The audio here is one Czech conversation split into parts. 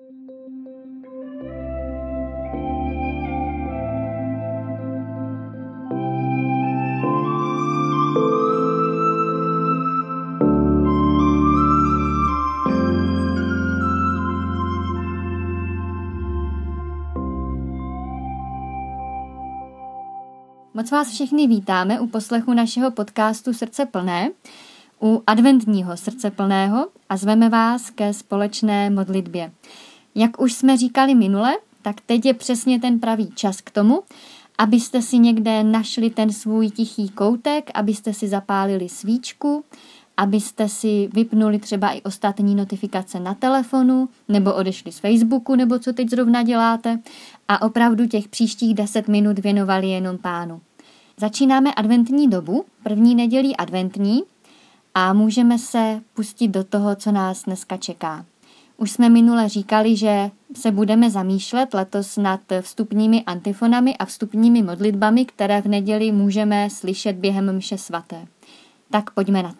Moc vás všechny vítáme u poslechu našeho podcastu Srdce plné, u adventního Srdce plného a zveme vás ke společné modlitbě. Jak už jsme říkali minule, tak teď je přesně ten pravý čas k tomu, abyste si někde našli ten svůj tichý koutek, abyste si zapálili svíčku, abyste si vypnuli třeba i ostatní notifikace na telefonu, nebo odešli z Facebooku, nebo co teď zrovna děláte, a opravdu těch příštích 10 minut věnovali jenom Pánu. Začínáme adventní dobu, první nedělí adventní, a můžeme se pustit do toho, co nás dneska čeká. Už jsme minule říkali, že se budeme zamýšlet letos nad vstupními antifonami a vstupními modlitbami, které v neděli můžeme slyšet během mše svaté. Tak pojďme na to.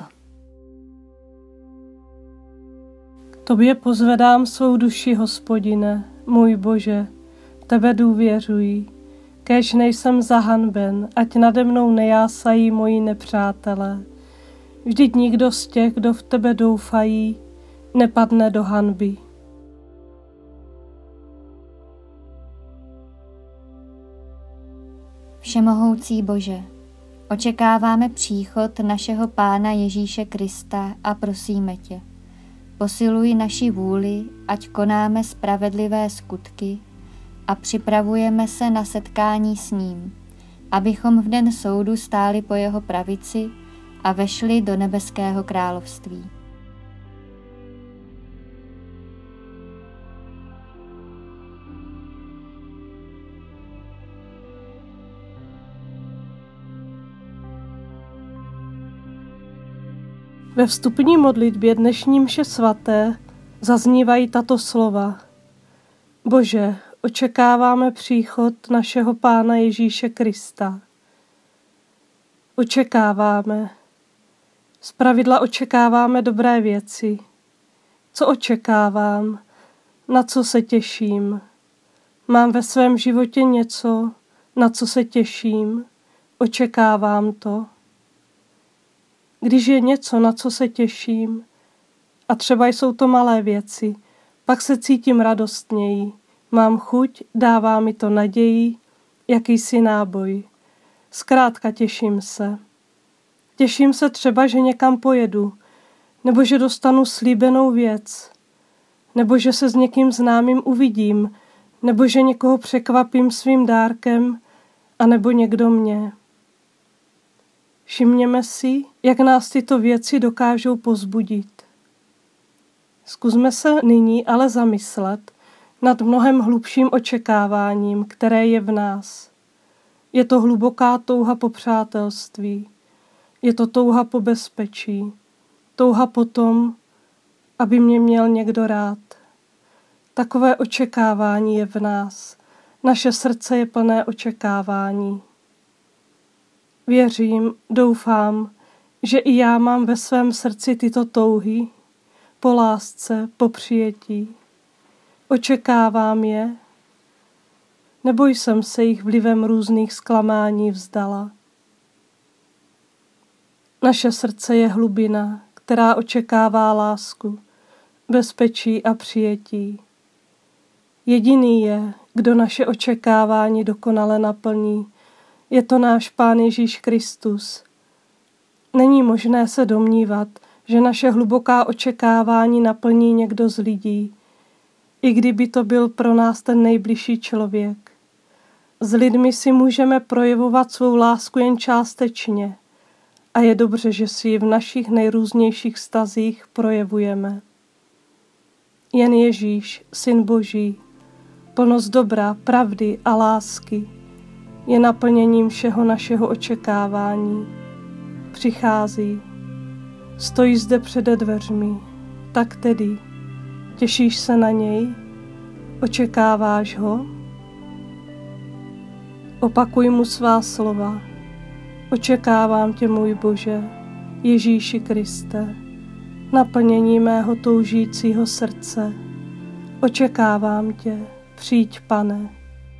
Tobě pozvedám svou duši, Hospodine, můj Bože, tebe důvěřuji. Kéž nejsem zahanben, ať nade mnou nejásají moji nepřátelé. Vždyť nikdo z těch, kdo v tebe doufají, nepadne do hanby. Všemohoucí Bože, očekáváme příchod našeho Pána Ježíše Krista a prosíme tě, posiluj naši vůli, ať konáme spravedlivé skutky a připravujeme se na setkání s ním, abychom v den soudu stáli po jeho pravici a vešli do nebeského království. Ve vstupní modlitbě dnešní mše svaté zaznívají tato slova. Bože, očekáváme příchod našeho Pána Ježíše Krista. Očekáváme. Zpravidla očekáváme dobré věci. Co očekávám? Na co se těším? Mám ve svém životě něco, na co se těším? Očekávám to. Když je něco, na co se těším, a třeba jsou to malé věci, pak se cítím radostněji. Mám chuť, dává mi to naději, jakýsi náboj. Zkrátka těším se. Těším se třeba, že někam pojedu, nebo že dostanu slíbenou věc, nebo že se s někým známým uvidím, nebo že někoho překvapím svým dárkem, anebo někdo mě. Všimněme si, jak nás tyto věci dokážou povzbudit. Zkusme se nyní ale zamyslet nad mnohem hlubším očekáváním, které je v nás. Je to hluboká touha po přátelství. Je to touha po bezpečí. Touha po tom, aby mě měl někdo rád. Takové očekávání je v nás. Naše srdce je plné očekávání. Věřím, doufám, že i já mám ve svém srdci tyto touhy po lásce, po přijetí. Očekávám je, nebo jsem se jich vlivem různých zklamání vzdala. Naše srdce je hlubina, která očekává lásku, bezpečí a přijetí. Jediný je, kdo naše očekávání dokonale naplní. Je to náš Pán Ježíš Kristus. Není možné se domnívat, že naše hluboká očekávání naplní někdo z lidí, i kdyby to byl pro nás ten nejbližší člověk. S lidmi si můžeme projevovat svou lásku jen částečně a je dobře, že si ji v našich nejrůznějších vztazích projevujeme. Jen Ježíš, Syn Boží, plnost dobra, pravdy a lásky, je naplněním všeho našeho očekávání. Přichází, stojí zde přede dveřmi, tak tedy těšíš se na něj, očekáváš ho? Opakuj mu svá slova. Očekávám tě, můj Bože, Ježíši Kriste, naplnění mého toužícího srdce, Očekávám tě, přijď, Pane.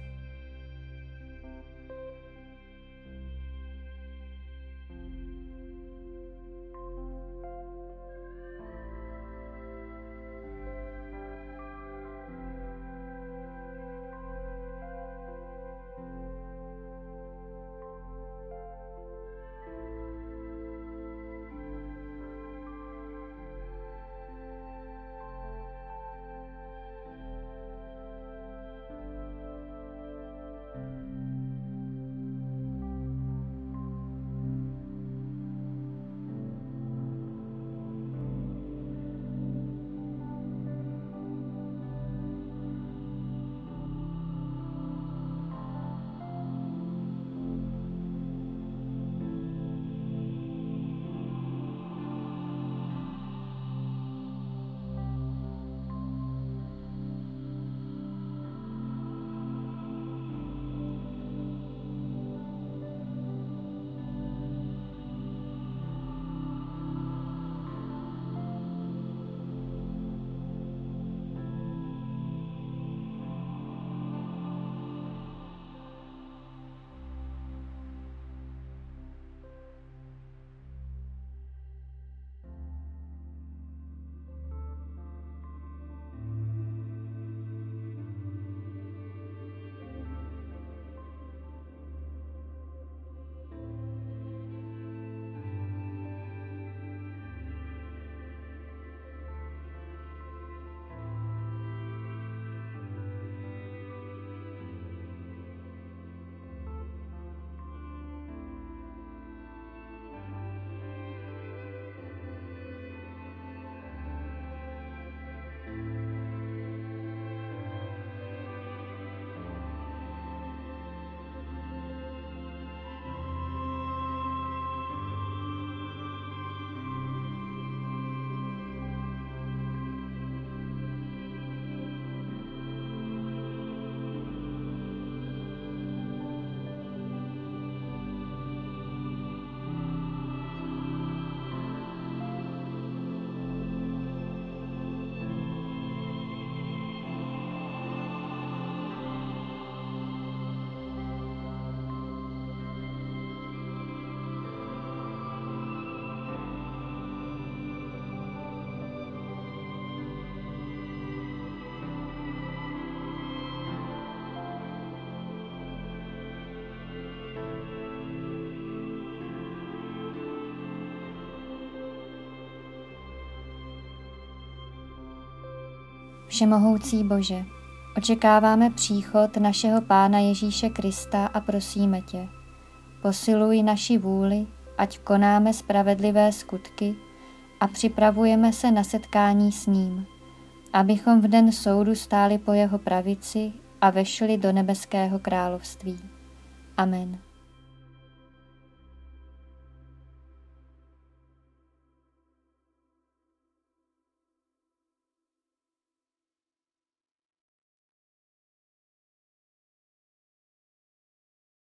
Všemohoucí Bože, očekáváme příchod našeho Pána Ježíše Krista a prosíme tě, posiluj naši vůli, ať konáme spravedlivé skutky a připravujeme se na setkání s ním, abychom v den soudu stáli po jeho pravici a vešli do nebeského království. Amen.